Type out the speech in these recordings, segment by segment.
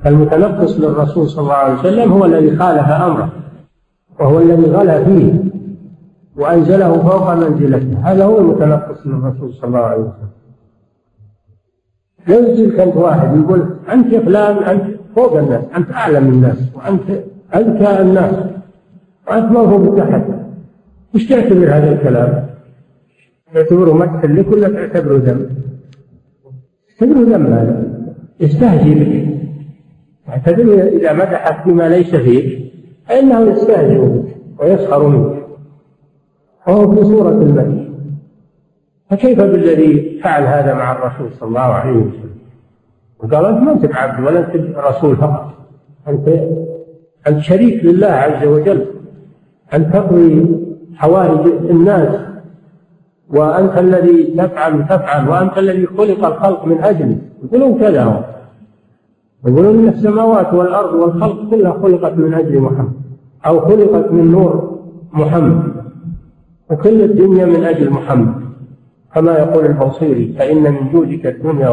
المتنقص للرسول صلى الله عليه وسلم هو الذي خالف أمره، وهو الذي غلا فيه وأنزله فوق منزلته، هذا هو المتنقص للرسول صلى الله عليه وسلم. لا يجيك أنت واحد يقول أنت يا فلان أنت فوق الناس، أنت أعلم الناس، وأنت أذكى الناس، وأنت ما هو بتحت. وش تعتبر هذا الكلام؟ تعتبره مدح لك ولا تعتبره ذم؟ تعتبره ذم، هذا يستهزئ بك. تعتبر إذا مدحك بما ليس فيك فإنه يستهزئ بك ويسخر منك، وهو في صورة المدح. فكيف بالذي فعل هذا مع الرسول صلى الله عليه وسلم وقال أنت ما أنت عبد ولا أنت رسول فقط، أنت شريك لله عز وجل، أن تقضي حوائج الناس، وأنت الذي تفعل، وأنت الذي خلق الخلق من أجله. يقولون كذا، يقولون إن السماوات والأرض والخلق كلها خلقت من أجل محمد، أو خلقت من نور محمد، وكل الدنيا من أجل محمد، كما يقول البوصيري: فإن من جودك الدنيا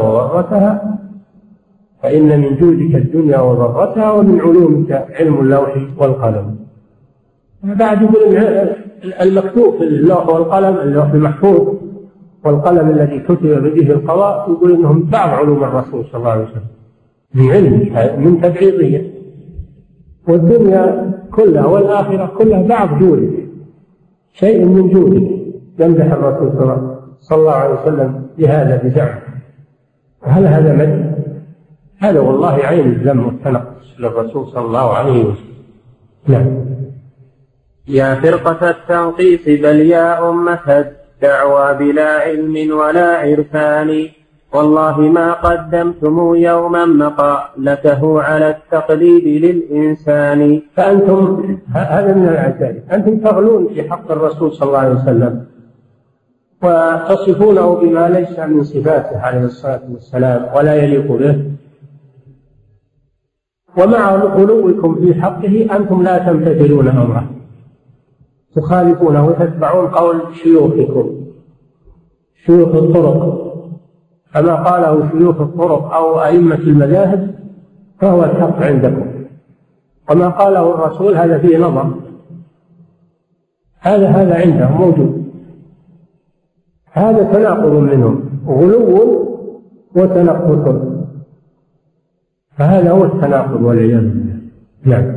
وضرتها ومن علومك علم اللوح والقلم. بعد يقول المكتوب في اللوح والقلم، اللوح المحفوظ والقلم الذي كتب به القضاء، يقول إنهم بعض علوم الرسول صلى الله عليه وسلم من علمه، من تبعيضه. والدنيا كلها والآخرة كلها بعض جودك، شيء من جودك. يمدح الرسول صلى الله عليه وسلم بهذا بزعمه. هل هذا مدح؟ هذا والله عين الذم والتنقص للرسول صلى الله عليه وسلم. نعم. يا فرقة التنقيص بل يا أمة الدعوى بلا علم ولا عرفان، والله ما قدمتم يوما مقالته على التقليد للإنسان. فأنتم هذا من العجائب، أنتم تغلون في حق الرسول صلى الله عليه وسلم وتصفونه بما ليس من صفاته عليه الصلاة والسلام ولا يليق به، ومع غلوكم في حقه أنتم لا تمتثلون أمره، تخالفونه وتتبعون قول شيوخكم، شيوخ الطرق، كما قاله شيوخ الطرق أو أئمة المذاهب فهو الحق عندكم، وما قاله الرسول هذا فيه نظر، هذا عندهم موجود. هذا تناقض منهم، غلو وتنقص، فهذا هو التناقض والعياذ بالله. نعم.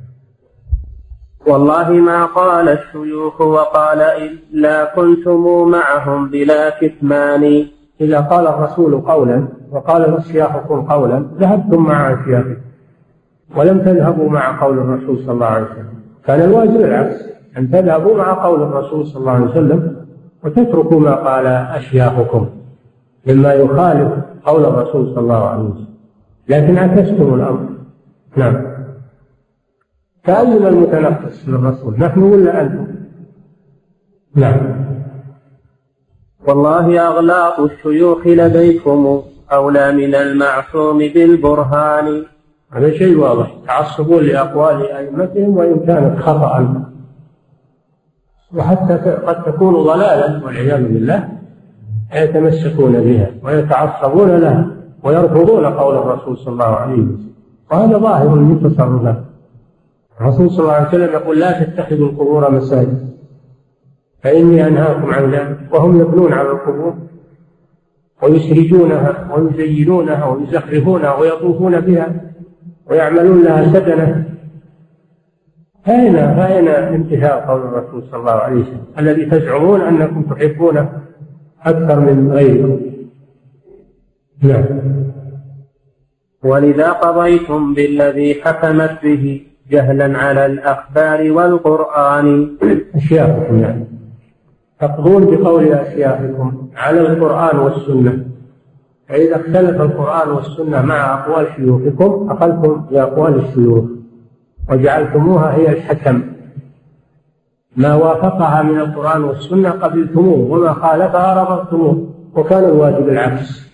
والله ما قال الشيوخ وقال إلا كنتم معهم بلا كتمان. إذا قال الرسول قولا وقال أشياخكم قولا ذهبتم مع أشياخكم، ولم تذهبوا مع قول الرسول صلى الله عليه وسلم. كان الواجب العكس، أن تذهبوا مع قول الرسول صلى الله عليه وسلم وتتركوا ما قال أشياخكم مما يخالف قول الرسول صلى الله عليه وسلم، لكن عكستم الأمر. نعم. فأينا المتنقص للرسول، نحن ولا أنتم؟ نعم. والله أغلاط الشيوخ لديكم أولى من المعصوم بالبرهان. هذا شيء واضح، تعصبون لأقوال أئمتهم وإن كانت خطأ، وحتى قد تكون ضلالا والعياذ بالله، يتمسكون بها ويتعصبون لها ويرفضون قول الرسول صلى الله عليه وسلم، وهذا ظاهر من تصرفات الرسول صلى الله عليه وسلم. يقول: لا تتخذوا القبور مساجد فإني أنهاكم عن ذلك، وهم يبنون على القبور ويسرجونها ويزينونها ويزخرفونها ويطوفون بها ويعملون لها سدنة. فأين انتهاء قول الرسول صلى الله عليه وسلم الذي تزعمون أنكم تحبونه أكثر من غيركم؟ نعم. ولذا قضيتم بالذي حكمت به جهلا على الأخبار والقرآن. أشياخكم يعني تقضون بقول أشياخكم على القرآن والسنة، فإذا اختلف القرآن والسنة مع أقوال شيوخكم أخذتم بأقوال الشيوخ وجعلتموها هي الحكم، ما وافقها من القرآن والسنة قبلتموه وما خالفها رفضتموه. وكان الواجب العكس،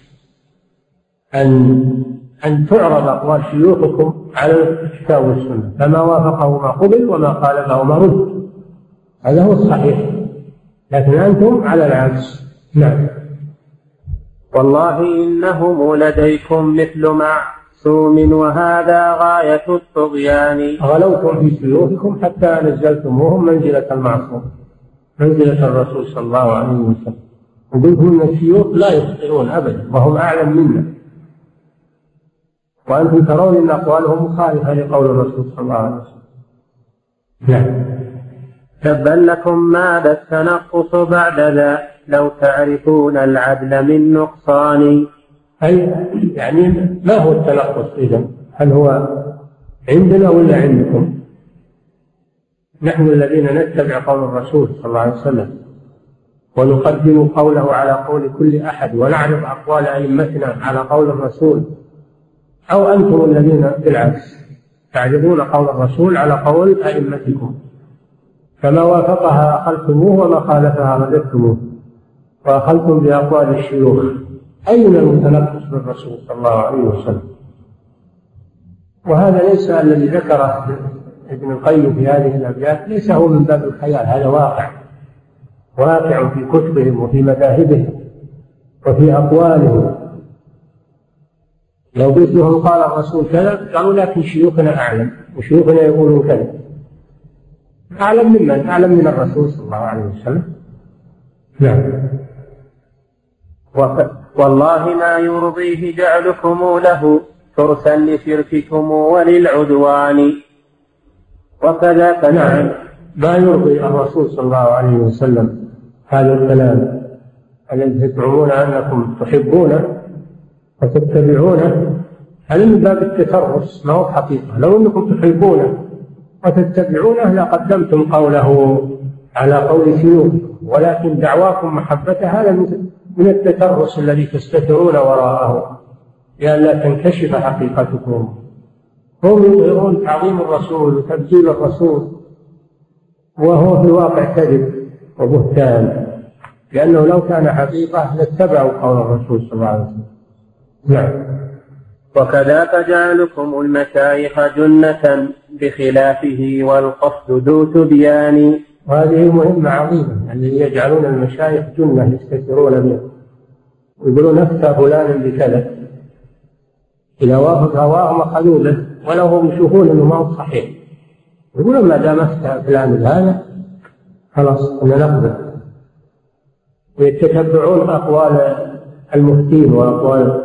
أن تعرض أقوال شيوخكم على الكتاب والسنة، فما وافقه ما قبل وما خالفه ما رد، هذا هو الصحيح، لكن أنتم على العكس. نعم. والله إنهم لديكم مثل مقسوم وهذا غاية الطغيان. غلوتم في شيوخكم حتى نزلتموهم منزلة المعصوم، منزلة الرسول صلى الله عليه وسلم، وقلتم أن الشيوخ لا يخطئون أبدا وهم أعلم منا، وأنتم ترون أن أقوالهم مخالفة لقول الرسول صلى الله عليه وسلم. نعم. تبا لكم ماذا التنقص بعد ذا لو تعرفون العدل من نقصان. أي يعني ما هو التنقص إذن؟ هل هو عندنا ولا عندكم؟ نحن الذين نتبع قول الرسول صلى الله عليه وسلم ونقدم قوله على قول كل أحد ونعرض أقوال أئمتنا على قول الرسول، أو أنتم الذين بالعكس تعرضون قول الرسول على قول أئمتكم، فما وافقها أخذتموه وما خالفها رددتموه وأخذتم بأقوال الشيوخ. أين المتنقص بالرسول صلى الله عليه وسلم؟ وهذا ليس الذي ذكره ابن القيم في هذه الأبيات، ليس هو من باب الخيال، هذا واقع في كتبهم وفي مذاهبهم وفي أقوالهم. لو قلت لهم قال الرسول كذا قالوا لكن شيوخنا أعلم، وشيوخنا يقولون كذا. أعلم ممن؟ أعلم من الرسول صلى الله عليه وسلم. نعم. والله ما يرضيه جعلكم له فرسا لشرككم وللعدوان. وكذاك نعم، ما يرضي الرسول صلى الله عليه وسلم هذا الكلام الذي تزعمون أنكم تحبونه وتتبعونه، هذا من باب التترس ما هو حقيقة. لو أنكم تحبونه وتتبعونه لقدمتم قوله على قول شيوخكم، ولكن دعواكم محبته هذا من التترس الذي تستترون وراءه لئلا تنكشف حقيقتكم. هم يظهرون تعظيم الرسول وتبجيل الرسول وهو في الواقع كذب وبهتان، لأنه لو كان حقيقة لاتبعوا قول الرسول صلى الله عليه وسلم. نعم. وكذاك جعلكم المشايخ جنة بخلافه والقصد ذو تبيان. وهذه مهمة عظيمة، الذي يجعلون المشايخ جنة يستترون بها ويقولون أفتى فلان بكذا، إذا وافق هواهم أخذوا به ولو هم يشوفون أنه ما هو صحيح، يقولون ما دام أفتى فلان بهذا خلاص أن نقبل. ويتتبعون أقوال المفتين وأقوال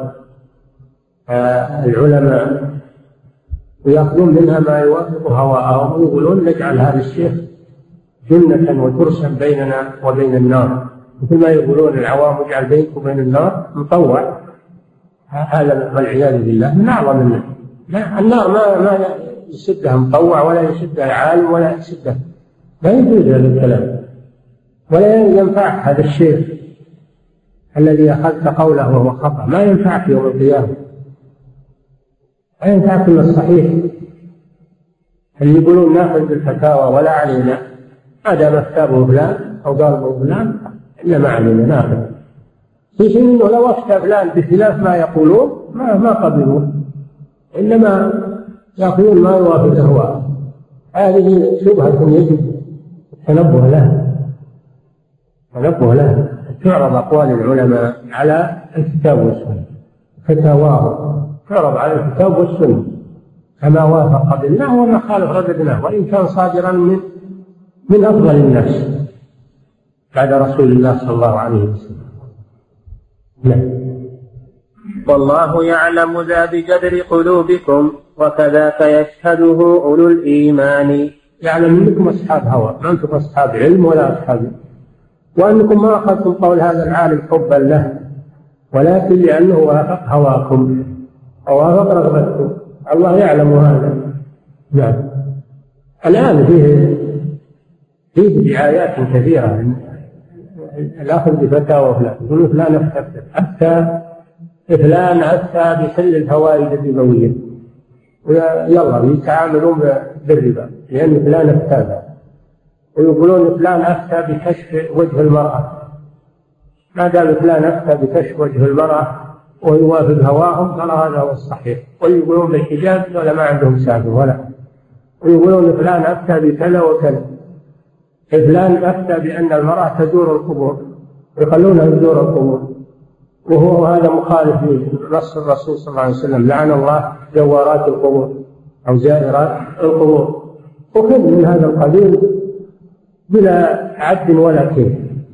العلماء ويأخذون منها ما يوافق هواءهم ويقولون نجعل هذا الشيخ جنة وترسا بيننا وبين النار، مثل ما يقولون العوام اجعل بينك وبين النار مطوع. هذا والعياذ بالله من أعظم النار. النار ما يسدها مطوع ولا يسدها عالم ولا يسدها، لا يجوز هذا الكلام، ولا ينفعك هذا الشيخ الذي أخذت قوله وهو خطأ، ما ينفعك يوم القيامة، لا ينفعك إلا الصحيح. اللي يقولون ناخذ بالفتاوى ولا علينا، ما دام افتاه فلان أو قال ابو فلان إلا ما علينا ناخذ، في حين إنه لو أفتى فلان بخلاف ما يقولون ما قبلوه، إنما يأخذون ما يوافق أهواءهم. هذه شبهة يجب التنبه لها، تعرض أقوال العلماء على الكتاب والسنة، فتاواهم تعرض على الكتاب والسنة كما وافق قبلناه وما خالف رددناه، وإن كان صادرا من أفضل الناس بعد رسول الله صلى الله عليه وسلم. والله يعلم ذا بجدر قلوبكم وكذاك يشهده أولو الإيمان. يعلم أنكم أصحاب هوى، ما أنتم أصحاب علم ولا أصحاب، وأنكم ما أخذتم قول هذا العالم حبا له، ولكن لأنه وافق هواكم ووافق رغبتكم. الله يعلم هذا. نعم. الآن فيه دعايات كثيرة، الأخذ بفتاوى فلان، يقولون فلان أفتى فلان أفتى بحل الفوائد الربوية، ويلا يتعاملون بالربا لأن فلان أفتى، ويقولون فلان أفتى بكشف وجه المرأة، ما دام فلان أفتى بكشف وجه المرأة ويوافق هواهم قال هذا هو الصحيح. ويقولون بالحجاب ولا ما عندهم سابق ولا، ويقولون فلان أفتى بكذا وكذا، فلان أفتى بأن المرأة تزور القبور، يخلونها تزور القبور، هذا مخالف لنص الرسول صلى الله عليه وسلم: لعن الله زوارات القبور أو زائرات القبور، وكل من هذا القبيل بلا عد ولا كيف،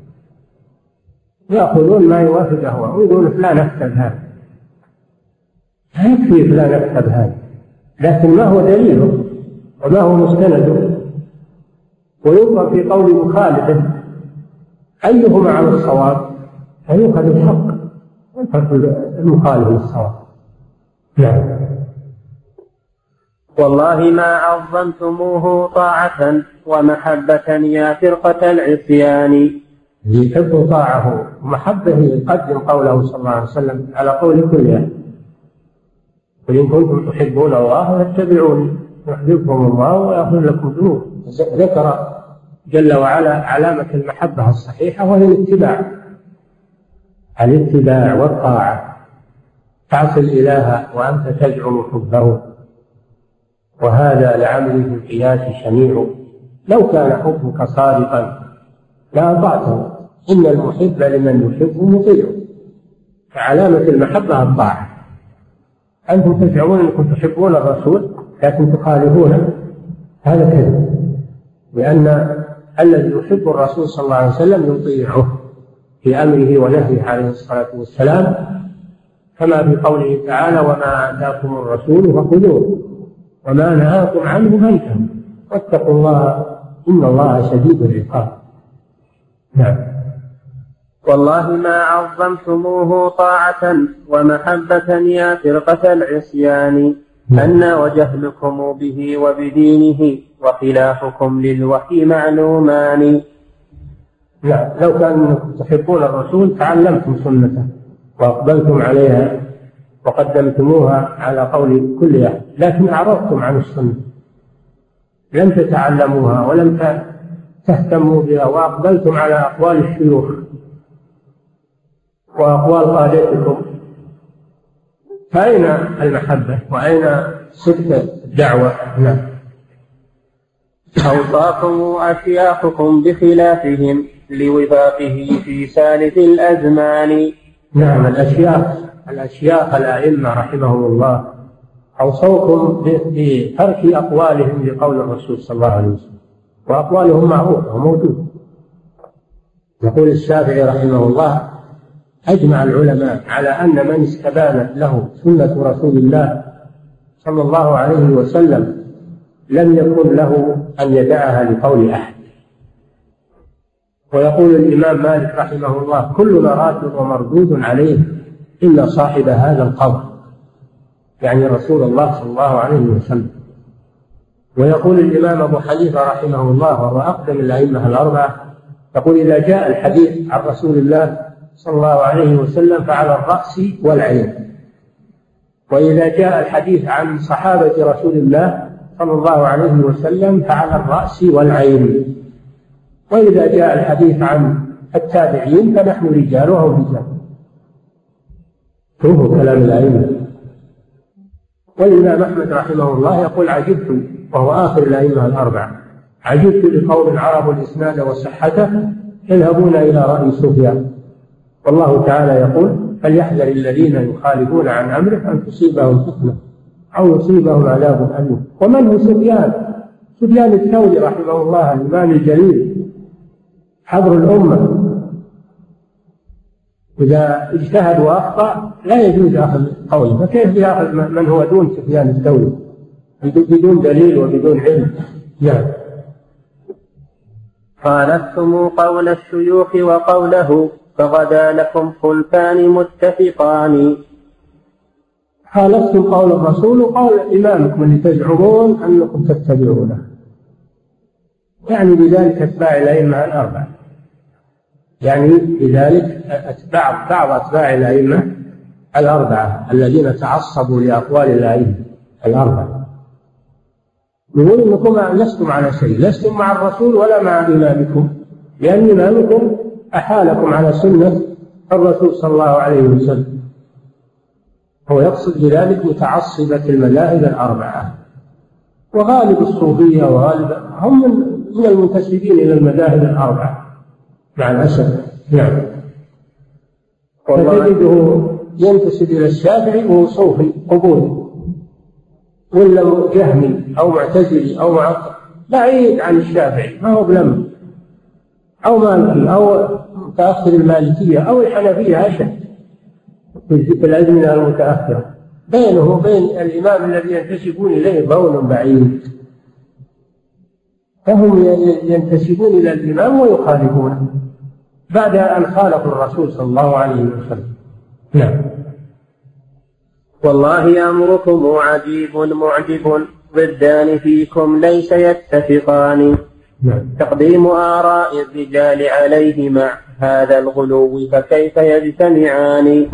يأخذون ما يوافق أهواءهم ويقولون فلان أكتب هذا. لا يكفي فلان أكتب هذا، لكن ما هو دليله وما هو مستنده، وينظر في قول مخالفه أيهما على الصواب فيؤخذ الحق ويترك المخالف للصواب. نعم. والله ما عظمتموه طاعة ومحبة يا فرقة العصيان. يحب طاعه ومحبه يقدم قوله صلى الله عليه وسلم على قول كل أحد: قل إن كنتم تحبون الله فاتبعوني يحببكم الله ويغفر لكم ذنوبكم. ذكر جل وعلا علامة المحبة الصحيحة وهي الاتباع والطاعة. تعصي الإله وأنت تزعم حبه، وهذا لعمله في القياس شنيع. لو كان حبك صادقا لأطعته، إن المحب لمن يحب مطيع. فعلامة المحبة الطاعة. أنتم تزعمون أنكم تحبون الرسول لكن تخالفونه، هذا كذب، لأن الذي يحب الرسول صلى الله عليه وسلم يطيعه في أمره ونهيه عليه الصلاة والسلام، كما في قوله تعالى: وما آتاكم الرسول فخذوه وما نهاكم عنه فانتهوا واتقوا الله إن الله شديد العقاب. نعم. والله ما عظمتموه طاعة ومحبة يا فرقة العصيان، أن وجهلكم به وبدينه وخلافكم للوحي معلومان. نعم. لو كان تحبون الرسول تعلمتم سنته وأقبلتم عليها وقدمتموها على قول كل أحد، لكن أعرضتم عن السنة، لم تتعلموها ولم تهتموا بها، وأقبلتم على أقوال الشيوخ وأقوال قادتكم، فأين المحبة وأين صدق الدعوة؟ نعم. أوصاكم أشياخكم بخلافهم لوفاقه في سالف الأزمان. نعم. الأشياخ الأئمة رحمهم الله أوصوكم بترك أقوالهم لقول الرسول صلى الله عليه وسلم، وأقوالهم معروفة وموجودة. يقول الشافعي رحمه الله: أجمع العلماء على أن من استبانت له سنة رسول الله صلى الله عليه وسلم لم يكن له أن يدعها لقول أحد. ويقول الإمام مالك رحمه الله: كلنا راد ومردود عليه إلا صاحب هذا القبر، يعني رسول الله صلى الله عليه وسلم. ويقول الإمام أبو حنيفة رحمه الله وهو أقدم الأئمة الأربعة، يقول: إذا جاء الحديث عن رسول الله صلى الله عليه وسلم فعلى الرأس والعين، وإذا جاء الحديث عن صحابة رسول الله صلى الله عليه وسلم فعلى الرأس والعين، وإذا جاء الحديث عن التابعين فنحن رجال وهم رجال. شوفوا كلام الأئمة. والإمام أحمد رحمه الله يقول: عجبت، وهو آخر الأئمة الأربعة، عجبت لقوم عرفوا الإسناد وصحته يذهبون إلى رأي سفيان. والله تعالى يقول: فليحذر الذين يخالفون عن أمره أن تصيبهم فتنة أو يصيبهم عذاب أليم. ومن هو سفيان الثوري رحمه الله الإمام الجليل حبر الأمة، إذا اجتهد وأخطأ لا يجوز أخذ قوله، فكيف يأخذ من هو دون سفيان الثوري بدون دليل وبدون علم؟ نعم. خالفتم قول الشيوخ وقوله فغدا لكم خلفان متفقان. خالفتم قول الرسول وقول إمامكم اللي تزعمون أنكم تتبعونه، يعني بذلك أتباع الأئمة الأربعة، يعني بذلك بعض أتباع الأئمة الأربعة الذين تعصبوا لأقوال الأئمة الأربعة، يقول إنكم لستم على شيء، لستم مع الرسول ولا مع إمامكم، لأن إمامكم أحالكم على سنة الرسول صلى الله عليه وسلم. هو يقصد بذلك متعصبة المذاهب الأربعة، وغالب الصوفية وغالب هم من المنتسبين إلى المذاهب الأربعة مع الأسف. نعم. فتجده ينتسب إلى الشافعي وهو صوفي قبولي، ولا جهمي أو معتزلي أو معطل بعيد عن الشافعي ما هو بلم، أو مالكي أو متأخر المالكية أو الحنفية أشد في الأزمنة المتأخرة. بينه وبين الإمام الذي ينتسبون إليه بون بعيد، فهم ينتسبون إلى الإمام ويخالفونه بعد أن خالفوا الرسول صلى الله عليه وسلم. نعم. والله أمركم عجيب معجب، ضدان فيكم ليس يتفقان. نعم. تقديم آراء الرجال عليه مع هذا الغلو فكيف يجتمعان؟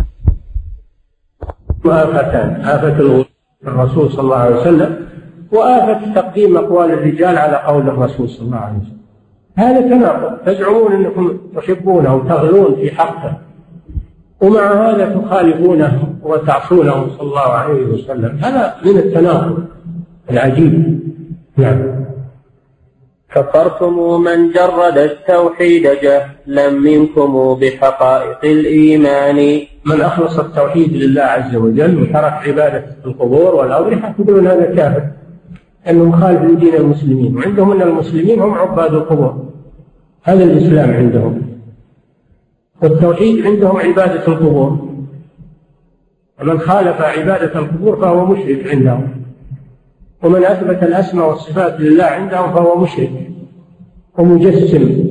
وآفتان، آفة الغلو الرسول صلى الله عليه وسلم، وآفة تقديم أقوال الرجال على قول الرسول صلى الله عليه وسلم. هذا تناقض، تزعمون أنكم تحبونه وتغلون في حقه، ومع هذا تخالفونه وتعصونه صلى الله عليه وسلم. هذا من التناقض العجيب. نعم. كفرتم من جرد التوحيد جهلا منكم بحقائق الإيمان. من أخلص التوحيد لله عز وجل وترك عبادة القبور والأضرحة يقولون هذا كافر، أنه مخالف لدين المسلمين، وعندهم أن المسلمين هم عباد القبور، هذا الإسلام عندهم، والتوحيد عندهم عبادة القبور، ومن خالف عبادة القبور فهو مشرك عندهم، ومن أثبت الأسماء والصفات لله عندهم فهو مشرك ومجسم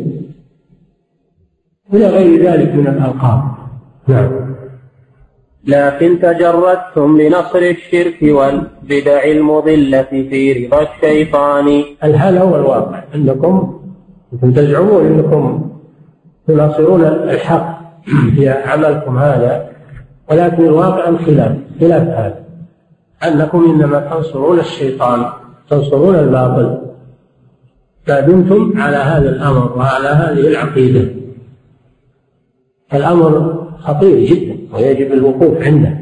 إلى غير ذلك من الألقاب. نعم. لكن تجردتم لنصر الشرك والبدع المضلة في رضا الشيطان. الحال هو الواقع أنكم تزعمون أنكم تناصرون الحق في عملكم هذا، ولكن الواقع خلاف هذا، أنكم إنما تنصرون الشيطان، تنصرون الباطل، ما دمتم على هذا الأمر وعلى هذه العقيدة. الأمر خطير جدا ويجب الوقوف عنده،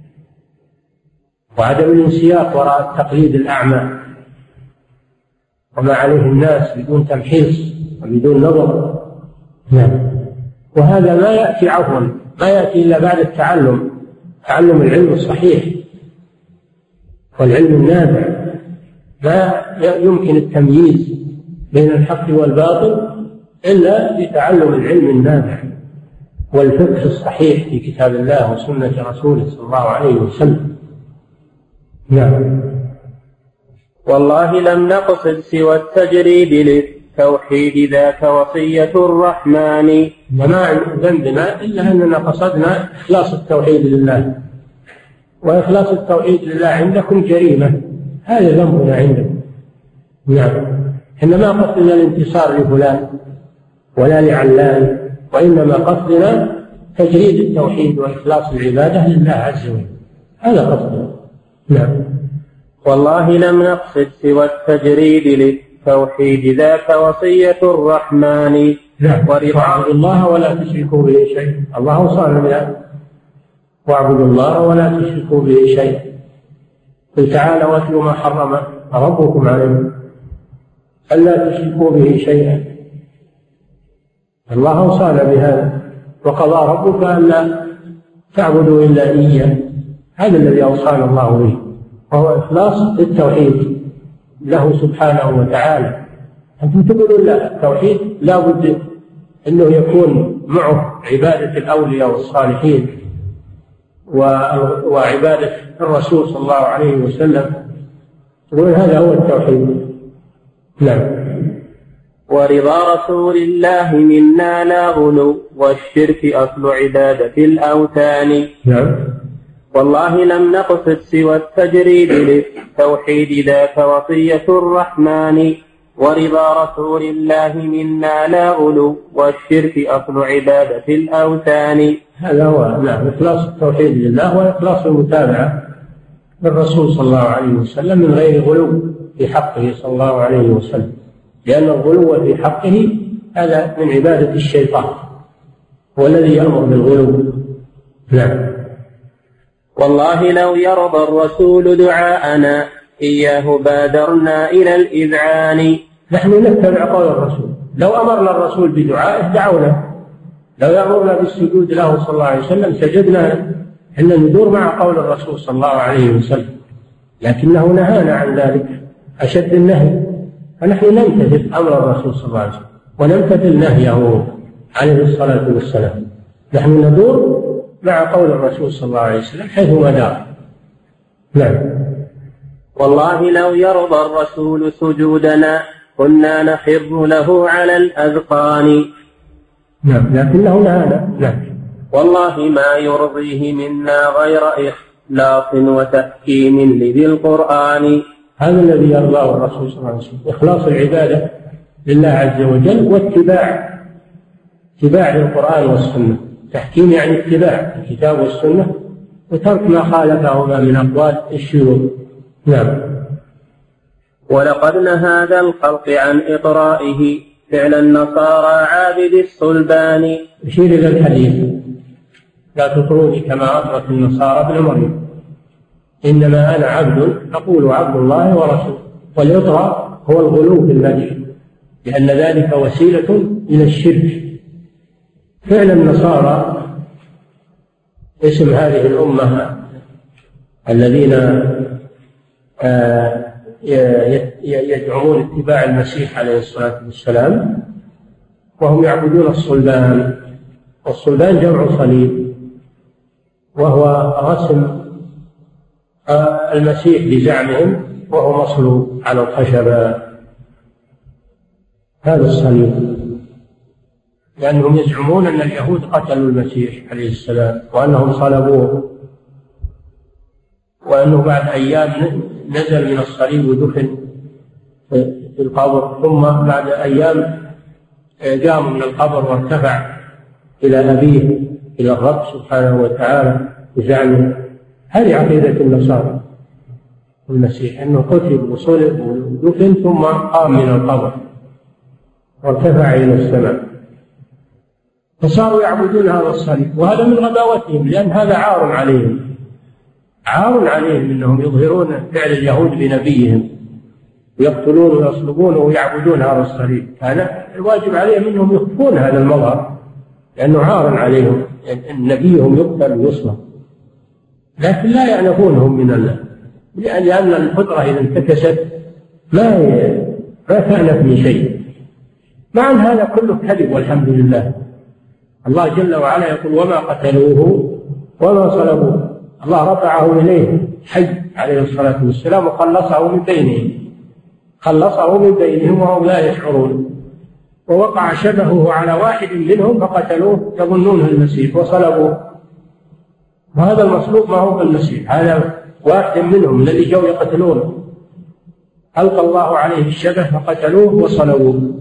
وعدم الانسياق وراء التقليد الأعمى وما عليه الناس بدون تمحيص وبدون نظر. نعم. وهذا ما يأتي عفوا، ما يأتي إلا بعد تعلم العلم الصحيح والعلم النافع. ما يمكن التمييز بين الحق والباطل إلا بتعلم العلم النافع والفقه الصحيح في كتاب الله وسنة رسوله صلى الله عليه وسلم. نعم. والله لم نقصد سوى التجريد للتوحيد ذاك وصية الرحمن. وما ذنبنا إلا أننا قصدنا إخلاص التوحيد لله، وإخلاص التوحيد لله عندكم جريمة، هذا ذنبنا عندكم. نعم. إنما قصدنا الانتصار لفلان ولا لعلان، وإنما قصدنا تجريد التوحيد وإخلاص العبادة لله عز وجل، هذا قصدنا. نعم. والله لم نقصد سوى التجريد للتوحيد ذاك وصية الرحمن. نعم. واعبدوا الله ولا تشركوا به شيء، الله أوصانا بهذا، واعبدوا الله ولا تشركوا به شيء. قل تعالى واتلوا ما حرم ربكم عليكم ألا تشركوا به شيئا، الله أوصانا بهذا، وقضى ربك ألا تعبدوا إلا إياه، هذا الذي أوصانا الله به، وهو إخلاص التوحيد له سبحانه وتعالى. أنتم تقولون لا، التوحيد لا بد أنه يكون معه عبادة الأولياء والصالحين وعبادة الرسول صلى الله عليه وسلم، تقولون هذا هو التوحيد. نعم. ورضا رسول الله منا لا غلو والشرك أصل عبادة الأوثان. نعم. والله لم نقصد سوى التجريد للتوحيد ذاك وصية الرحمن. ورضا رسول الله منا لا غلو والشرك أصل عبادة الأوثان. هذا هو. نعم. إخلاص التوحيد لله وإخلاص المتابعة للرسول صلى الله عليه وسلم من غير غلو في حقه صلى الله عليه وسلم، لأن الغلو في حقه هذا من عبادة الشيطان، هو الذي يأمر بالغلو. نعم. والله لو يرضى الرسول دعاءنا إياه بادرنا إلى الإذعان. نحن نتبع قول الرسول، لو أمرنا الرسول بدعائه دعونا، لو يأمرنا بالسجود له صلى الله عليه وسلم سجدنا، إن ندور مع قول الرسول صلى الله عليه وسلم، لكنه نهانا عن ذلك أشد النهي، فنحن نمتثل أمر الرسول صلى الله عليه وسلم ونمتثل نهيه عليه الصلاة والسلام. نحن ندور مع قول الرسول صلى الله عليه وسلم حيثما دار. نعم. والله لو يرضى الرسول سجودنا كنا نخر له على الأذقان. نعم، لكنه نهانا. نعم. والله ما يرضيه منا غير إخلاص وتحكيم لذي القرآن. هذا الذي يرضاه الرسول صلى الله عليه وسلم، إخلاص العبادة لله عز وجل، واتباع للقرآن والسنة. تحكيم يعني اتباع الكتاب والسنة، وترك ما خالفهما من أقوال الشيوخ. نعم. ولقد نهى ذا الخلق عن إطرائه فعل النصارى عابد الصلبان. يشير إلى الحديث: لا تطروني كما أطرت النصارى ابن مريم، إنما أنا عبد أقول عبد الله ورسوله. والإطراء هو الغلو في المدح، لأن ذلك وسيلة إلى الشرك. فعل النصارى اسم هذه الأمة الذين يدعمون اتباع المسيح عليه الصلاة والسلام، وهم يعبدون الصلبان. والصلبان جمع صليب، وهو رسم المسيح بزعمهم وهو مصلوب على الخشبة. هذا الصليب، لأنهم يزعمون أن اليهود قتلوا المسيح عليه السلام، وأنهم صلبوه، وأنه بعد أيام نزل من الصليب ودفن في القبر، ثم بعد أيام قام من القبر وارتفع إلى أبيه، إلى الرب سبحانه وتعالى بزعمه. هذه عقيدة النصارى المسيح، أنه قتل وصلب ودفن ثم قام من القبر وارتفع إلى السماء. فصاروا يعبدون هذا الصليب، وهذا من غباوتهم، لأن هذا عار عليهم أنهم يظهرون فعل اليهود بنبيهم، ويقتلون ويصلبون ويعبدون هذا الصليب. كان الواجب عليهم أنهم يخفون هذا المظهر، لأنه عار عليهم أن نبيهم يقتل ويصلب، لكن لا يعنفونهم من الله، لأن الفطرة إذا انتكست ما تأنف من شيء. مع أن هذا كله كذب والحمد لله. الله جل وعلا يقول: وما قتلوه وما صلبوه. الله رفعه إليه حي عليه الصلاة والسلام، وخلصه من بينهم وهم لا يشعرون. ووقع شبهه على واحد منهم فقتلوه يظنونه المسيح وصلبوه، وهذا المصلوب ما هو المسيح، هذا واحد منهم الذي جاءوا يقتلونه. ألقى الله عليه الشبه فقتلوه وصلبوه،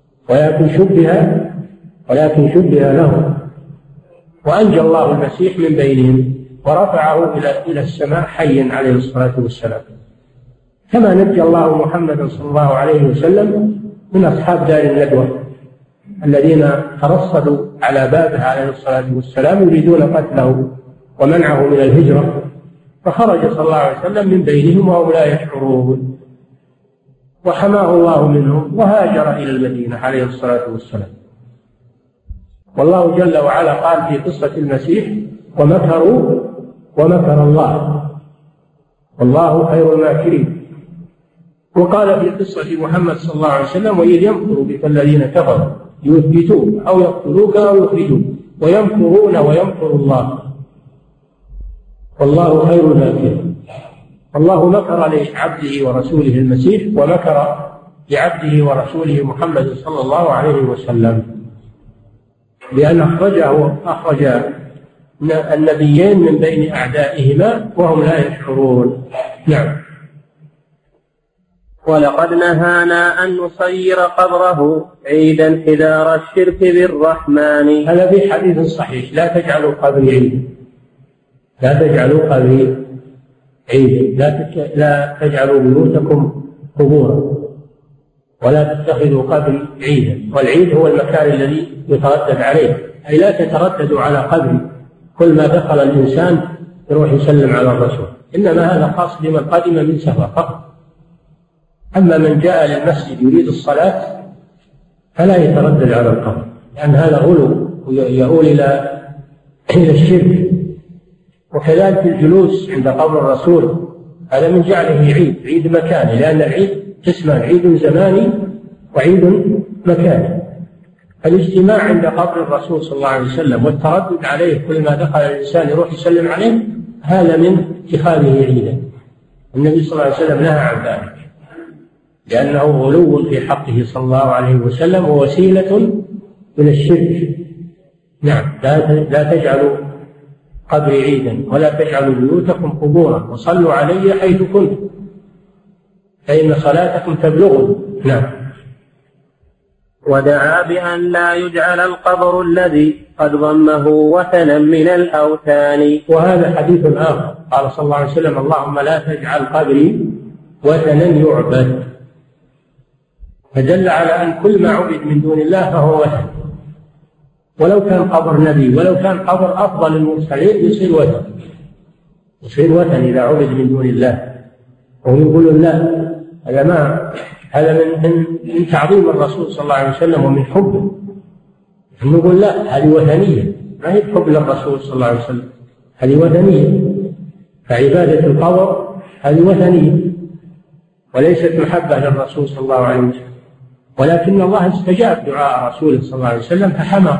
ولكن شبه له، وأنجى الله المسيح من بينهم ورفعه إلى السماء حيا عليه الصلاة والسلام، كما نجى الله محمدا صلى الله عليه وسلم من أصحاب دار الندوة الذين ترصدوا على بابه عليه الصلاة والسلام يريدون قتله ومنعه من الهجرة، فخرج صلى الله عليه وسلم من بينهم وهم لا يشعرون، وحماه الله منهم وهاجر إلى المدينة عليه الصلاة والسلام. والله جل وعلا قال في قصة المسيح: ومكروا ومكر الله والله خير الماكرين. وقال في قصة محمد صلى الله عليه وسلم: وإذ يمكر بك الذين كفروا يثبتوك أو يقتلوك أو يخرجوك ويمكرون ويمكر الله والله خير الماكرين. الله مكر لعبده ورسوله المسيح، ومكر لعبده ورسوله محمد صلى الله عليه وسلم، بأن أخرج النبيين من بين أعدائهما وهم لا يشعرون. نعم. ولقد نهانا أن نصير قبره عيدا حذار الشرك بالرحمن. هذا في حديث صحيح: لا تجعلوا قبري عيدا، لا تجعلوا قبري عيدا، لا تجعلوا بيوتكم قبورا، ولا تتخذوا قبري عيدا. والعيد هو المكان الذي يتردد عليه، أي لا تترددوا على قبري. كل ما دخل الإنسان يروح يسلم على الرسول، إنما هذا خاص بمن قدم من سفر فقط. أما من جاء للمسجد يريد الصلاة فلا يتردد على القبر، لأن هذا غلو ويؤول إلى الشرك. وكذلك الجلوس عند قبر الرسول هذا من جعله عيد مكاني، لأن العيد قسمان: عيد زماني وعيد مكاني. الاجتماع عند قبر الرسول صلى الله عليه وسلم والتردد عليه كل ما دخل الإنسان يروح يسلم عليه، هذا من اتخاذه عيدا. النبي صلى الله عليه وسلم نهى عن ذلك، لأنه غلو في حقه صلى الله عليه وسلم ووسيلة إلى الشرك. نعم، لا تجعلوا قبري عيدا ولا تجعلوا بيوتكم قبورا وصلوا علي حيث كنتم فإن صلاتكم تبلغني. نعم. ودعا بأن لا يجعل القبر الذي قد ضمه وثنا من الأوثان. وهذا حديث آخر، قال صلى الله عليه وسلم: اللهم لا تجعل قبري وثنا يعبد. فدل على أن كل ما عبد من دون الله فهو وثن، ولو كان قبر نبي ولو كان قبر أفضل المرسلين يصير وثن إذا عبد من دون الله. وهم يقولون لا، هذا من تعظيم الرسول صلى الله عليه وسلم ومن حبه. نقول لا، هذه وثنية، ما هي حب للرسول صلى الله عليه وسلم، هذه وثنية. فعبادة القبر هذه وثنية وليست محبة للرسول صلى الله عليه وسلم. ولكن الله استجاب دعاء رسوله صلى الله عليه وسلم فحمى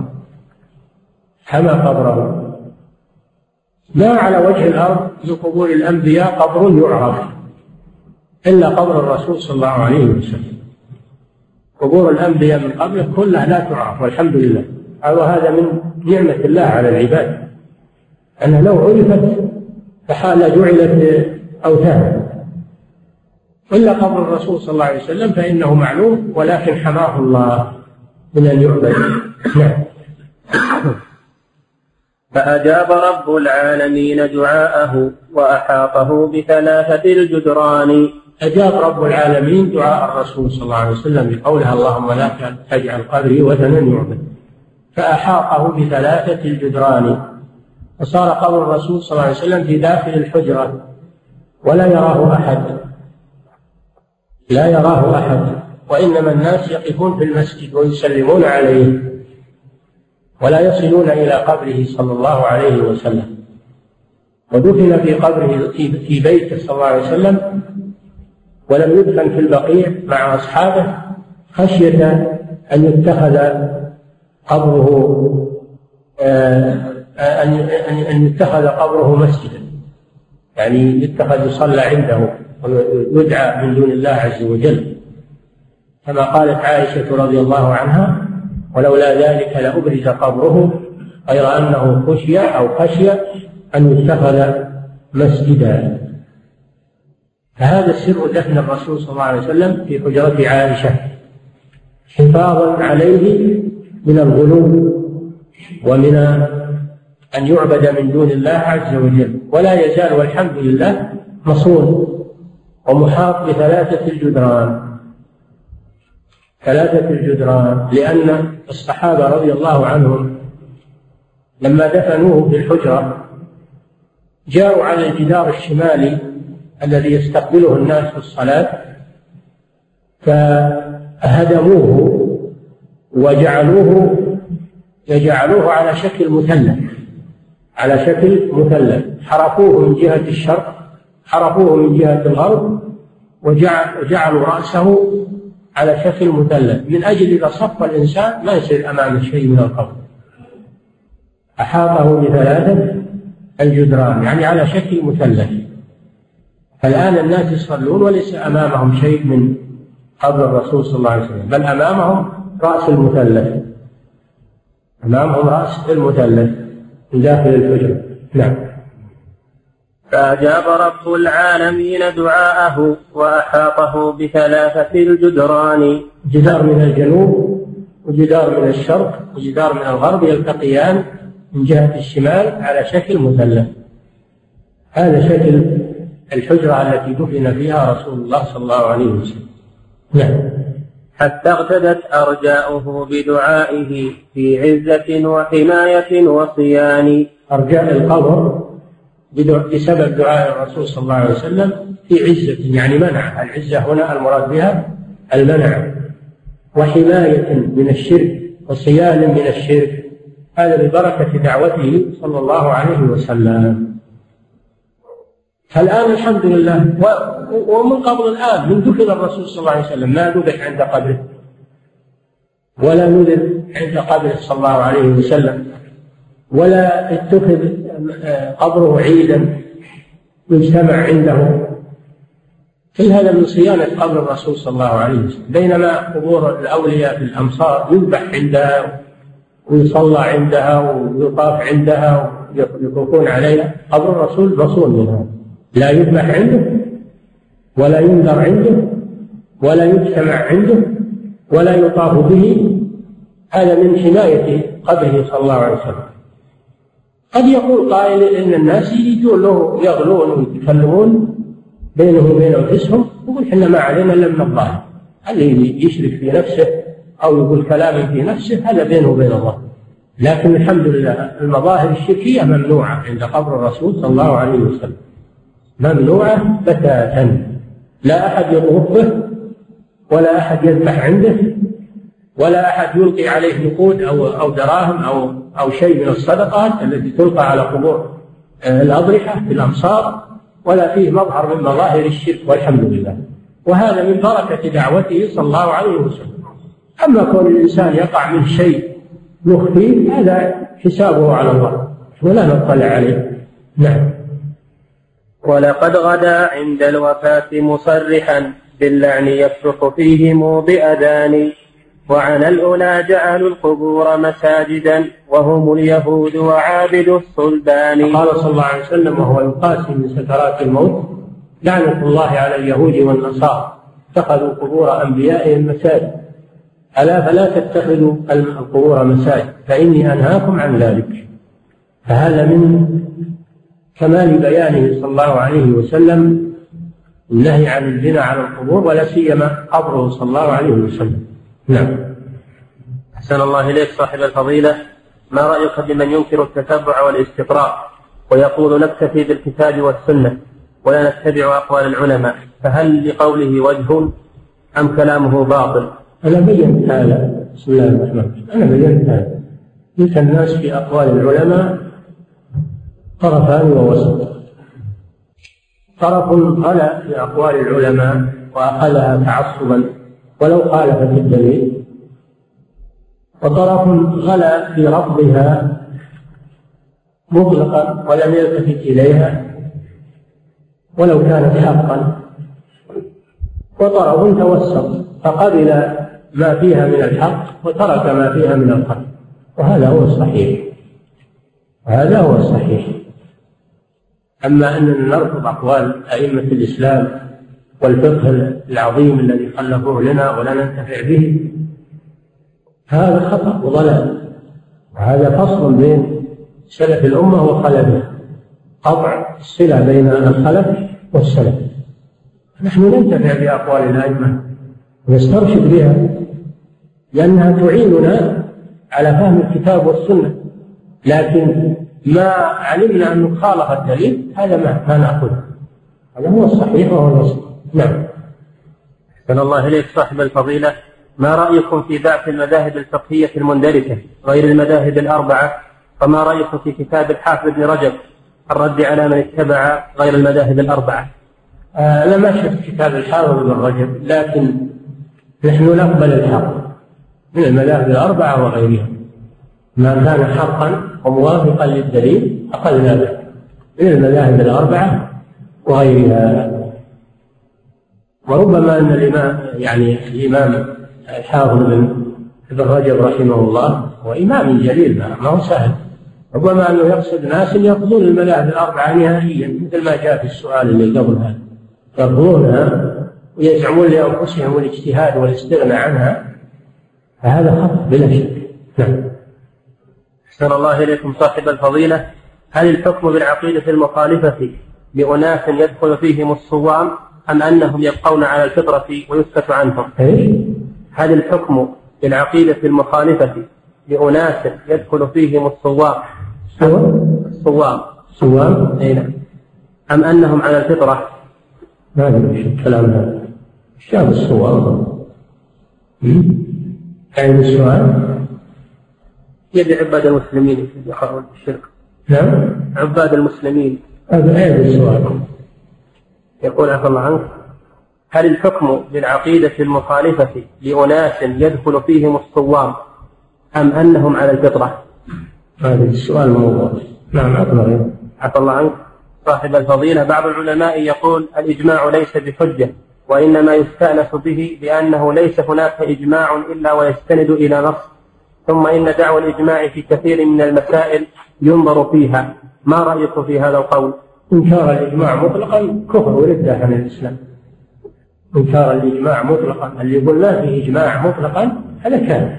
قبره. ما على وجه الأرض لقبور الأنبياء قبر يعرف إلا قبر الرسول صلى الله عليه وسلم. قبور الأنبياء من قبله كلها لا تعرف، والحمد لله. وهذا من نعمة الله على العباد، أنها لو عرفت جعلت أوثانا، إلا قبر الرسول صلى الله عليه وسلم فإنه معلوم، ولكن حماه الله من أن يعبد. نعم. فأجاب رب العالمين دعاءه وأحاطه بثلاثة الجدران. أجاب رب العالمين دعاء الرسول صلى الله عليه وسلم بقولها: اللهم لا تجعل قبري وثنا يعبد. فأحاطه بثلاثة الجدران، فصار قبر الرسول صلى الله عليه وسلم في داخل الحجرة ولا يراه أحد، وإنما الناس يقفون في المسجد ويسلمون عليه ولا يصلون إلى قبره صلى الله عليه وسلم. ودفن في قبره في بيته صلى الله عليه وسلم، ولم يدفن في البقيع مع أصحابه خشية أن يتخذ قبره مسجدا، يعني يتخذ يصلى عنده ويدعى من دون الله عز وجل، كما قالت عائشة رضي الله عنها: ولولا ذلك لأبرز قبره غير أنه خشي أن يتخذ مسجدا. فهذا سر دفن الرسول صلى الله عليه وسلم في حجرة عائشة، حفاظا عليه من الغلو ومن أن يعبد من دون الله عز وجل. ولا يزال والحمد لله مصون ومحاط بثلاثة الجدران، لأن الصحابة رضي الله عنهم لما دفنوه في الحجرة جاءوا على الجدار الشمالي الذي يستقبله الناس في الصلاة فهدموه وجعلوه على شكل مثلث، حرفوه من جهة الشرق، حرفوه من جهة الغرب، وجعلوا رأسه على شكل مثلث، من أجل إذا صف الإنسان ما يصير أمامه شيء من القبر. أحاطه بثلاثة الجدران، يعني على شكل مثلث. فالآن الناس يصلون وليس أمامهم شيء من قبر الرسول صلى الله عليه وسلم، بل أمامهم رأس المثلث من داخل الحجرة. نعم. فأجاب رب العالمين دعاءه وأحاطه بثلاثة الجدران، جدار من الجنوب وجدار من الشرق وجدار من الغرب يلتقيان من جهة الشمال على شكل مثلث. هذا شكل الحجرة التي دفن فيها رسول الله صلى الله عليه وسلم. نعم. حتى اغتدت أرجاؤه بدعائه في عزة وحماية وصيان. أرجاء القبر بسبب دعاء الرسول صلى الله عليه وسلم في عزة، يعني منع. العزة هنا المراد بها المنع، وحماية من الشرك وصيان من الشرك، هذا ببركة دعوته صلى الله عليه وسلم. فالآن الحمد لله، ومن قبل الآن من دفن الرسول صلى الله عليه وسلم ما ذبح عند قبره ولا نذر عند قبره صلى الله عليه وسلم، ولا اتخذ قبره عيدا يجتمع عنده. كل هذا من صيانة قبر الرسول صلى الله عليه وسلم. بينما قبور الأولياء في الأمصار يذبح عندها ويصلى عندها ويطاف عندها ويطوفون عليها، قبر الرسول مصون منها، لا يذبح عنده ولا ينذر عنده ولا يجتمع عنده ولا يطاف به. هذا من حماية قبره صلى الله عليه وسلم. قد يقول قائل إن الناس يجون له يغلون ويتكلمون بينه وبين أنفسهم، يقول إحنا ما علينا إلا من الظاهر. اللي يشرك في نفسه أو يقول كلام في نفسه هذا بينه وبين الله. لكن الحمد لله المظاهر الشركية ممنوعة عند قبر الرسول صلى الله عليه وسلم، ممنوعة بتاتا. لا أحد يطوف به ولا أحد يذبح عنده ولا أحد يلقي عليه نقود أو دراهم أو شيء من الصدقات التي تلقى على قبور الأضرحة في الأمصار، ولا فيه مظهر من مظاهر الشرك والحمد لله. وهذا من بركة دعوته صلى الله عليه وسلم. أما كون الإنسان يقع من شيء مخفي هذا حسابه على الله ولا نطلع عليه. نعم. ولقد غدا عند الوفاة مصرحا باللعن يصرخ فيهم بأذان، وعن الأولى جعلوا القبور مساجدا وهم اليهود وعابد الصلبان. قال صلى الله عليه وسلم وهو يقاسي من سكرات الموت: لعنة الله على اليهود والنصارى اتخذوا قبور أنبيائهم مساجد، ألا فلا تتخذوا القبور مساجد فإني أنهاكم عن ذلك. فهذا من كمال بيانه صلى الله عليه وسلم النهي عن البناء على القبور، ولا سيما قبره صلى الله عليه وسلم. نعم. أحسن الله إليك صاحب الفضيلة، ما رأيك بمن ينكر التتبع والاستقراء ويقول نكتفي بالكتاب والسنة ولا نتبع أقوال العلماء، فهل لقوله وجه أم كلامه باطل؟ أنا بينت هذا. بسم الله الرحمن الرحيم. أنا بينت هذا. قلت الناس في أقوال العلماء طرفان ووسط. طرف غلا في أقوال العلماء وأخذها تعصبا ولو خالفت الدليل، وطرف غلا في رفضها مطلقا ولم يلتفت إليها ولو كانت حقا، وطرف توسط فقبل ما فيها من الحق وترك ما فيها من الخطأ، وهذا هو الصحيح. وهذا هو الصحيح. أما أننا نرفض أقوال أئمة الإسلام والفقه العظيم الذي خلفوه لنا ولا ننتفع به، هذا خطأ وضلال. وهذا فصل بين سلف الأمة وخلفها، قطع الصلة بين الخلف والسلف. نحن ننتفع بأقوال الأئمة ونسترشد بها لأنها تعيننا على فهم الكتاب والسنة، لكن ما علمنا أنه خالف الدليل هذا ما نأخذه. هذا هو الصحيح وهو الوسط. نعم. أحسن الله إليك صاحب الفضيلة، ما رأيكم في بعث المذاهب الفقهية المندرجة غير المذاهب الأربعة؟ وما رأيكم في كتاب الحافظ بن رجب الرد على من اتبع غير المذاهب الأربعة؟ أنا ما شفت كتاب الحافظ بن رجب، لكن نحن نقبل الحق من المذاهب الأربعة وغيرها، ما كان حقا وموافقا للدليل أخذنا به من المذاهب الأربعة وغيرها. وربما أن الإمام الحافظ بن رجب رحمه الله هو إمام جليل، ما هو سهل، ربما أنه يقصد ناس يرفضون المذاهب الأربعة نهائيا، مثل ما جاء في السؤال اللي قبل هذا، يرفضونها ويزعمون لأنفسهم الاجتهاد والاستغناء عنها، فهذا خطأ بلا شك. نعم. أحسن الله إليكم صاحب الفضيلة، هل الحكم بالعقيدة المخالفة لأناس يدخل فيهم الصوام أم أنهم يبقون على الفطرة ويسكت عنهم؟ هل الحكم بالعقيدة المخالفة لأناس يدخل فيهم الصوام أم أنهم على الفطرة؟ ما أدري الكلام هذا. شاب الصوام يعني السؤال يد عباد المسلمين يقرون الشرك. نعم. عباد المسلمين. هذا السؤال. يقول عفى الله عنك: هل الحكم بالعقيدة المخالفة لأناس يدخل فيهم الصوام أم أنهم على الفطرة؟ هذا السؤال موضوع. نعم. عفى الله عنك صاحب الفضيلة، بعض العلماء يقول الإجماع ليس بحجة، وإنما يستأنس به لأنه ليس هناك إجماع إلا ويستند إلى نص، ثم إن دعوى الإجماع في كثير من المسائل ينظر فيها. ما رأيك في هذا القول؟ إنكار الإجماع مطلقا كفر وردة عن الإسلام. إنكار الإجماع مطلقا، اللي يقول ما في إجماع مطلقا هذا كافر.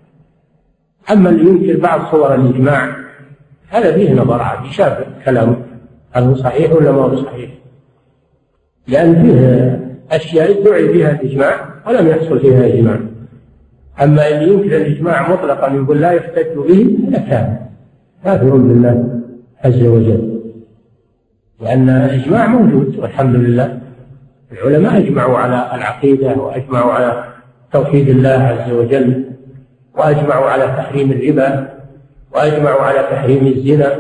أما اللي ينكر بعض صور الإجماع هذا فيه نظر عادي، شاف كلامه هل هو صحيح ولا ما هو صحيح، لأن فيه أشياء يدعي فيها الإجماع ولم يحصل فيها إجماع. أما اللي ينكر الإجماع مطلقا يقول لا يحتج به هذا كافر بالله عز وجل، لأن الإجماع موجود والحمد لله. العلماء أجمعوا على العقيدة، وأجمعوا على توحيد الله عز وجل، وأجمعوا على تحريم الربا، وأجمعوا على تحريم الزنا،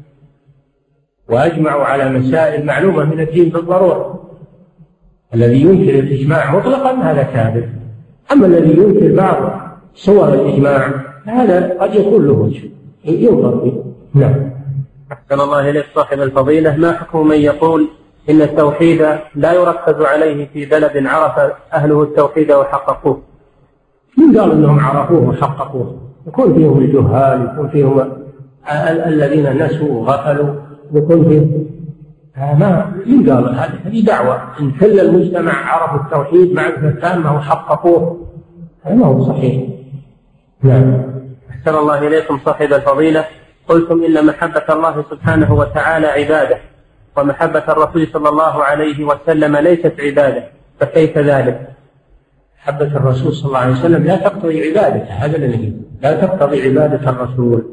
وأجمعوا على مسائل معلومة من الدين بالضرورة. الذي ينكر الإجماع مطلقا هذا كافر. أما الذي ينكر بعض صور الإجماع هذا قد يكون له وجه ينظر فيه. نعم. أحسن الله إليك صاحب الفضيلة، ما حكم من يقول إن التوحيد لا يركز عليه في بلد عرف أهله التوحيد وحققوه؟ من قال أنهم عرفوه وحققوه؟ يكون فيهم الجهال، يكون فيهم الذين نسوا وغفلوا، يكون فيهم ما من قال هذه دعوة إن كل المجتمع عرفوا التوحيد معرفة تامة وحققوه، هذا ما هو صحيح. نعم. أحسن الله إليكم صاحب الفضيلة، قلتم إن محبة الله سبحانه وتعالى عبادة، ومحبة الرسول صلى الله عليه وسلم ليست عبادة، فكيف ذلك؟ محبة الرسول صلى الله عليه وسلم لا تقتضي عبادته، هذا الذي لا تقتضي عبادة الرسول.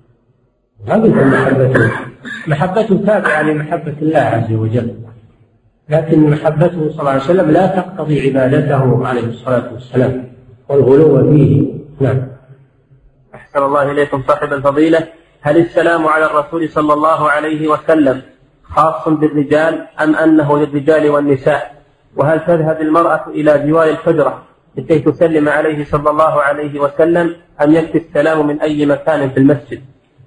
هذه محبته، محبته تابعة لمحبة الله عز وجل، لكن محبته صلى الله عليه وسلم لا تقتضي عبادته عليه الصلاة والسلام والغلو فيه. نعم. أحسن الله إليكم صاحب الفضيلة، هل السلام على الرسول صلى الله عليه وسلم خاص بالرجال أم أنه للرجال والنساء؟ وهل تذهب المرأة إلى جوار الحجرة لكي تسلم عليه صلى الله عليه وسلم أم يكفي السلام من أي مكان في المسجد؟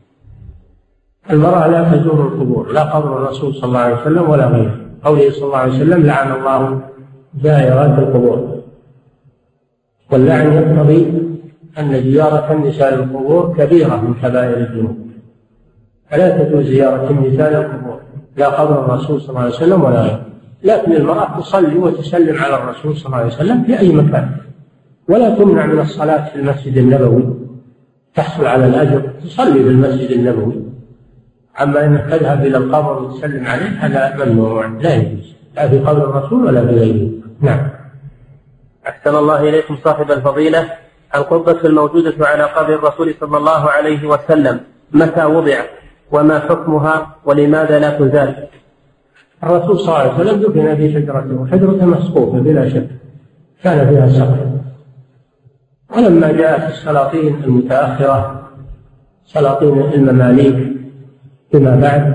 المرأة لا تزور القبور، لا قبر الرسول صلى الله عليه وسلم ولا غيره. قوله صلى الله عليه وسلم لعن الله زائرات القبور، واللعن يقتضي أن زيارة النساء للقبور كبيرة من كبائر الذنوب، فلا تجوز زيارة النساء للقبور لا قبر الرسول صلى الله عليه وسلم ولا غيره. لكن المرأة تصلي وتسلم على الرسول صلى الله عليه وسلم في أي مكان، ولا تمنع من الصلاة في المسجد النبوي تحصل على الأجر، تصلي في المسجد النبوي. أما أنك تذهب إلى القبر وتسلم عليه هذا ممنوع، لا يجوز، لا في قبر الرسول ولا في غيره. نعم. أحسن الله إليكم صاحب الفضيلة، القبة الموجودة على قبر الرسول صلى الله عليه وسلم متى وضعت وما حكمها ولماذا لا تزال؟ الرسول صلى الله عليه وسلم دفن في حجرته، وحجرته مسقوفة بلا شك، كان فيها سقف. ولما جاءت السلاطين المتأخرة، سلاطين المماليك فيما بعد،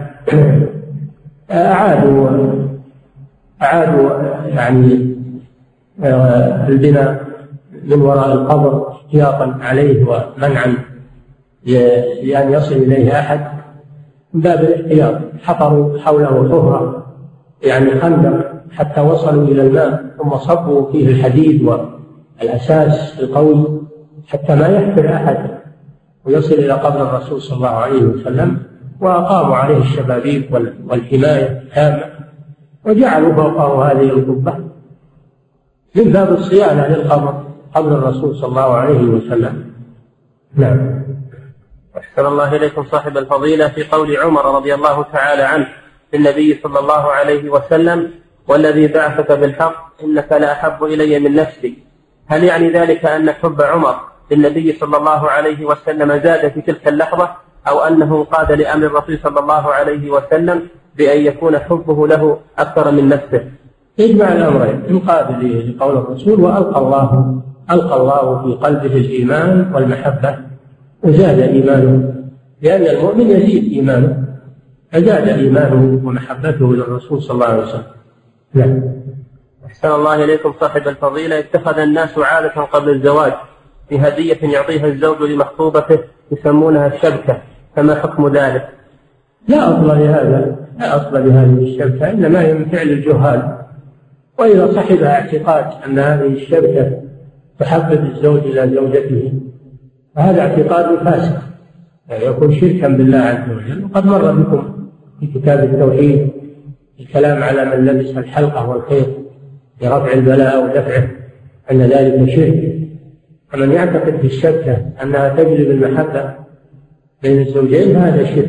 أعادوا يعني البناء من وراء القبر احتياطا عليه ومنعا لأن يصل إليه أحد، من باب الاحتياط حفروا حوله حفرة يعني خندق حتى وصلوا إلى الماء، ثم صبوا فيه الحديد والأساس القوي حتى ما يحفر أحد ويصل إلى قبر الرسول صلى الله عليه وسلم، وأقاموا عليه الشبابيك والحماية تامة، وجعلوا فوقه هذه القبة من باب الصيانة للقبر قبر الرسول صلى الله عليه وسلم. نعم. أحسن الله إليكم صاحب الفضيلة، في قول عمر رضي الله تعالى عنه للنبي صلى الله عليه وسلم والذي بعثك بالحق إنك لأحب إلي من نفسي، هل يعني ذلك أن حب عمر للنبي صلى الله عليه وسلم زاد في تلك اللحظة، أو أنه قاد لأمر الرسول صلى الله عليه وسلم بأن يكون حبه له أكثر من نفسه؟ يجمع الأمرين، انقاد لقول الرسول وألقى الله في قلبه الإيمان والمحبة وزاد إيمانه، لأن المؤمن يزيد إيمانه، فزاد إيمانه ومحبته للرسول صلى الله عليه وسلم. نعم. أحسن الله إليكم صاحب الفضيلة، اتخذ الناس عادة قبل الزواج في هدية يعطيها الزوج لمخطوبته يسمونها الشبكة، فما حكم ذلك؟ لا أصل لهذا، لا أصل لهذه الشبكة، إنما هي من فعل الجهال. وإذا صحبها اعتقاد أن هذه الشبكة تحبب الزوج إلى زوجته فهذا اعتقاد فاسد، يعني يكون شركا بالله عز وجل. وقد مر بكم في كتاب التوحيد الكلام على من لبس الحلقة والخيط لرفع البلاء أو دفعه أن ذلك شرك. فمن يعتقد في الشبكة أنها تجلب المحبة بين الزوجين هذا شرك.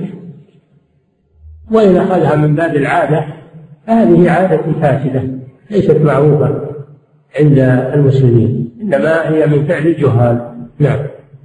وإن أخذها من باب العادة فهذه عادة فاسدة ليست معروفة عند المسلمين، إنما هي من فعل الجهال. نعم.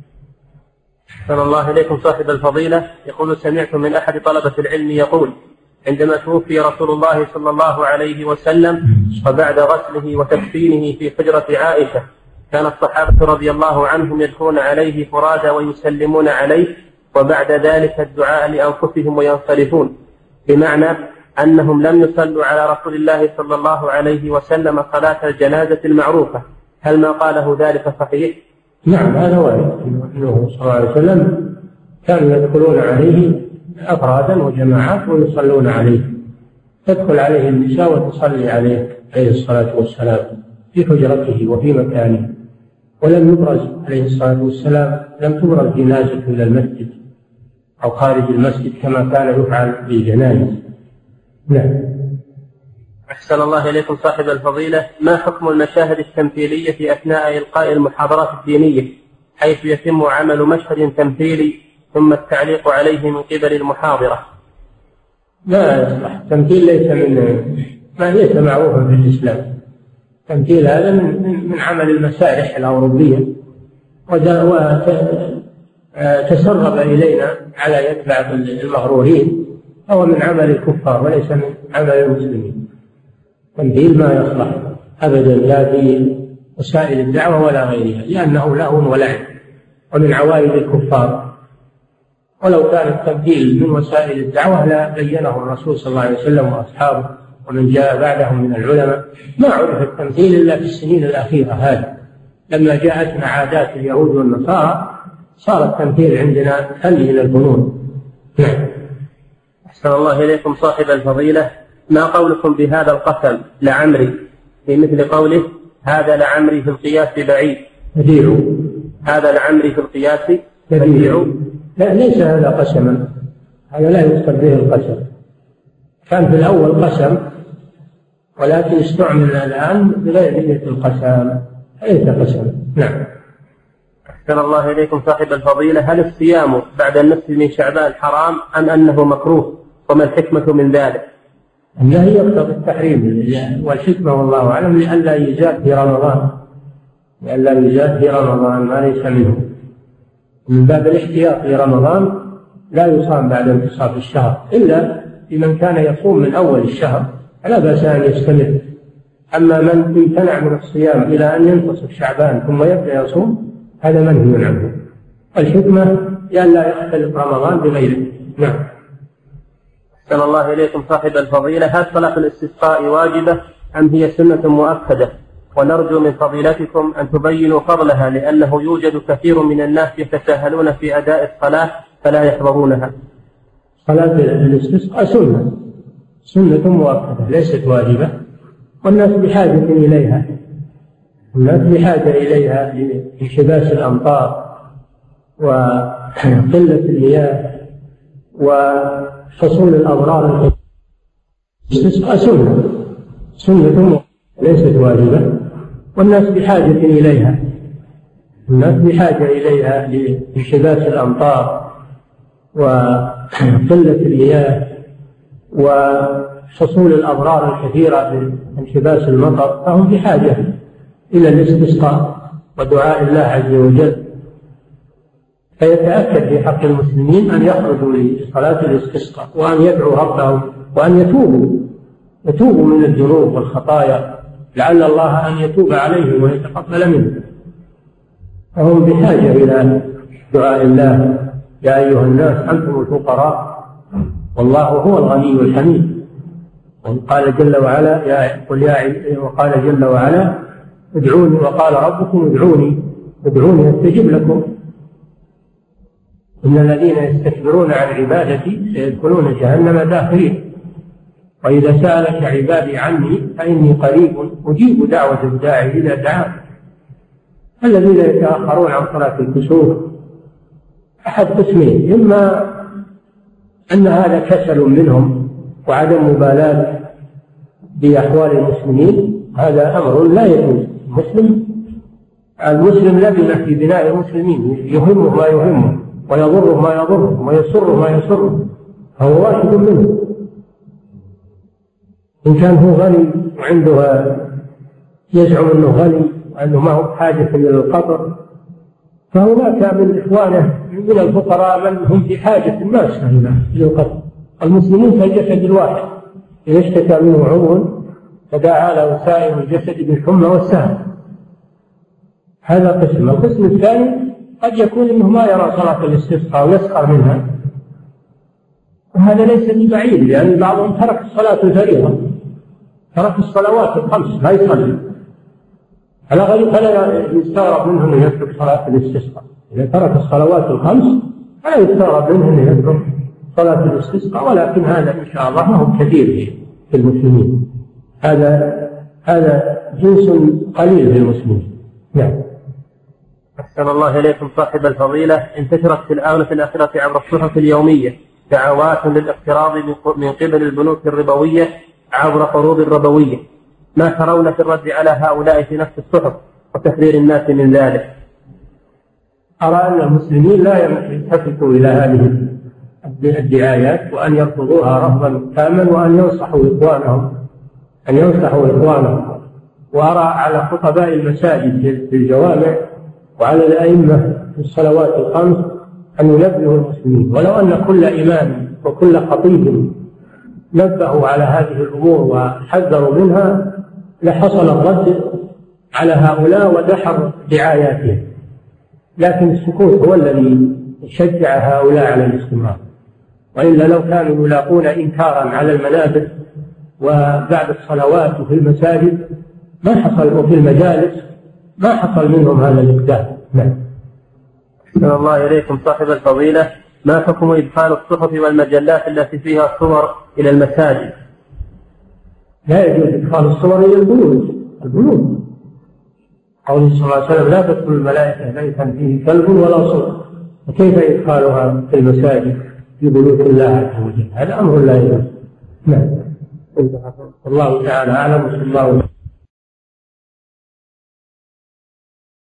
أحسن الله إليكم صاحب الفضيلة، يقول سمعت من أحد طلبة العلم يقول عندما توفي رسول الله صلى الله عليه وسلم وبعد غسله وتكفينه في حجرة عائشة كان الصحابة رضي الله عنهم يدخلون عليه فرادى ويسلمون عليه وبعد ذلك الدعاء لأنفسهم وينصرفون، بمعنى أنهم لم يصلوا على رسول الله صلى الله عليه وسلم صلاة الجنازة المعروفة. هل ما قاله ذلك صحيح؟ نعم هذا وارد، أنه صلى الله عليه وسلم كانوا يدخلون عليه أفرادا وجماعات ويصلون عليه، تدخل عليه النساء وتصلي عليه عليه الصلاة والسلام في حجرته وفي مكانه. ولم يبرز عليه الصلاة والسلام، لم تبرز جنازة إلى المسجد أو خارج المسجد كما كان يفعل بالجنائز. نعم. أحسن الله إليكم صاحب الفضيلة، ما حكم المشاهد التمثيلية أثناء إلقاء المحاضرات الدينية حيث يتم عمل مشهد تمثيلي ثم التعليق عليه من قبل المحاضرة؟ لا يصلح، التمثيل ليس معروفا في الإسلام. التمثيل هذا من عمل المسارح الأوروبية، وتسرب إلينا على يد بعض المغرورين، هو من عمل الكفار وليس من عمل المسلمين. التمثيل ما يصلح أبدا لا في وسائل الدعوة ولا غيرها، لأنه لهو ولعب ومن عوائد الكفار. ولو كان التمثيل من وسائل الدعوة لا بينه الرسول صلى الله عليه وسلم وأصحابه ومن جاء بعدهم من العلماء. ما عرف التمثيل إلا في السنين الأخيرة هذه، لما جاءتنا عادات اليهود والنصارى صار التمثيل عندنا حل من الفنون. أحسن الله إليكم صاحب الفضيلة، ما قولكم بهذا القسم لعمري في مثل قوله هذا لعمري في القياس بعيد؟ بديع. هذا لعمري في القياس بديع. لا ليس هذا قسما، هذا لا يقصد به القسم. كان في الأول قسم ولكن استعمل الآن بغير نية القسم، ليس قسما. نعم. أحسن الله إليكم صاحب الفضيلة، هل الصيام بعد النصف من شعبان حرام أم أنه مكروه؟ وما الحكمة من ذلك؟ النهي يقتضي التحريم، والحكمة والله أعلم لئلا يزاد في رمضان، لئلا يزاد في رمضان ما ليس منه. من باب الاحتياط في رمضان لا يصام بعد انتصاف الشهر إلا لمن كان يصوم من أول الشهر فلا بأس أن يستمر. أما من امتنع من الصيام إلى أن ينتصف شعبان ثم يبدأ يصوم هذا منهي عنه. الحكمة لئلا يختلف رمضان بغيره. نعم. أحسن الله إليكم صاحب الفضيلة، هل صلاة الاستسقاء واجبة أم هي سنة مؤكدة؟ ونرجو من فضيلتكم أن تبينوا فضلها لأنه يوجد كثير من الناس يتساهلون في أداء الصلاة فلا يحضرونها. صلاة الاستسقاء سنة مؤكدة ليست واجبة، والناس بحاجة إليها، الناس بحاجة إليها لانحباس الأمطار وقلة المياه وحصول الأضرار. الاستسقاء سنة ليست واجبة، والناس بحاجة إليها، الناس بحاجة إليها لانحباس الأمطار وقلة المياه وحصول الأضرار الكثيرة بانحباس المطر، فهم بحاجة إلى الاستسقاء ودعاء الله عز وجل. فيتأكد في حق المسلمين أن يخرجوا لصلاة الاستسقاء وأن يدعوا ربهم وأن يتوبوا من الذنوب والخطايا لعل الله أن يتوب عليهم ويتقبل منهم. فهم بحاجة دعاء الله يا أيها الناس أنتم الفقراء والله هو الغني الحميد. وقال جل وعلا وقال جل وعلا ادعوني، وقال ربكم ادعوني استجب لكم. إن الذين يستكبرون عن عبادتي سيدخلون جهنم داخرين. وإذا سألك عبادي عني فإني قريب أجيب دعوة الداعي إذا دعان. الذين يتأخرون عن صلاة الكسوف أحد قسمين: إما أن هذا كسل منهم وعدم مبالاة بأحوال المسلمين، هذا أمر لا يجوز. المسلم لبن في بناء المسلمين، يهمه ما يهمه ويضره ما يضره ويسره ما يسره، فهو واحد منه. إن كان هو غني وعنده يزعم أنه غني وأنه ما هو حاجة إلى القطر، فهناك من إخوانه من الفقراء من هم في حاجة الناس إلى القطر. المسلمون كالجسد الواحد، إذا اشتكى منه عضو فدعا له سائر الجسد بالحمى والسهر. هذا قسم. القسم الثاني قد يكون أنه ما يرى صلاة الاستسقاء ويسخر منها، وهذا ليس ببعيد، لأن بعضهم ترك الصلاة الفريضة، ترك الصلوات الخمس لا يصلي، على غير فلا يستغرب منه أن يترك صلاة الاستسقاء. إذا ترك الصلوات الخمس فلا يستغرب منه أن يترك صلاة الاستسقاء، ولكن هذا إن شاء الله ما هو كثير في المسلمين، هذا جنس قليل في المسلمين. نعم. أحسن الله إليكم صاحب الفضيلة. انتشرت في الآونة الأخيرة عبر الصحف اليومية دعوات للاقتراض من قبل البنوك الربوية عبر قروض الربوية، ما ترون في الرد على هؤلاء في نفس الصحف وتحذير الناس من ذلك؟ أرى أن المسلمين لا يلتفتوا إلى هذه الدعايات، وأن يرفضوها رفضا تاما، وأن ينصحوا إخوانهم. وأرى على خطباء المساجد في الجوامع وعلى الأئمة في الصلوات الخمس أن ينبهوا المسلمين، ولو أن كل إمام وكل خطيب نبهوا على هذه الأمور وحذروا منها لحصل الرد على هؤلاء ودحر دعاياتهم. لكن السكوت هو الذي شجع هؤلاء على الاستمرار، وإلا لو كانوا يلاقون إنكارا على المنابر وبعد الصلوات وفي المساجد ما حصل، وفي المجالس ما حصل منهم هذا الإقدام. نعم. أحسن الله إليكم صاحب الفضيلة. ما حكم إدخال الصحف والمجلات التي فيها صور إلى المساجد؟ لا يجوز إدخال الصور إلى البيوت. قوله صلى الله عليه وسلم لا تدخل الملائكة بيتا فيه كلب ولا صور، وكيف إدخالها في المساجد في بيوت الله عز وجل؟ هذا أمر لا يجوز. نعم. الله تعالى أعلم.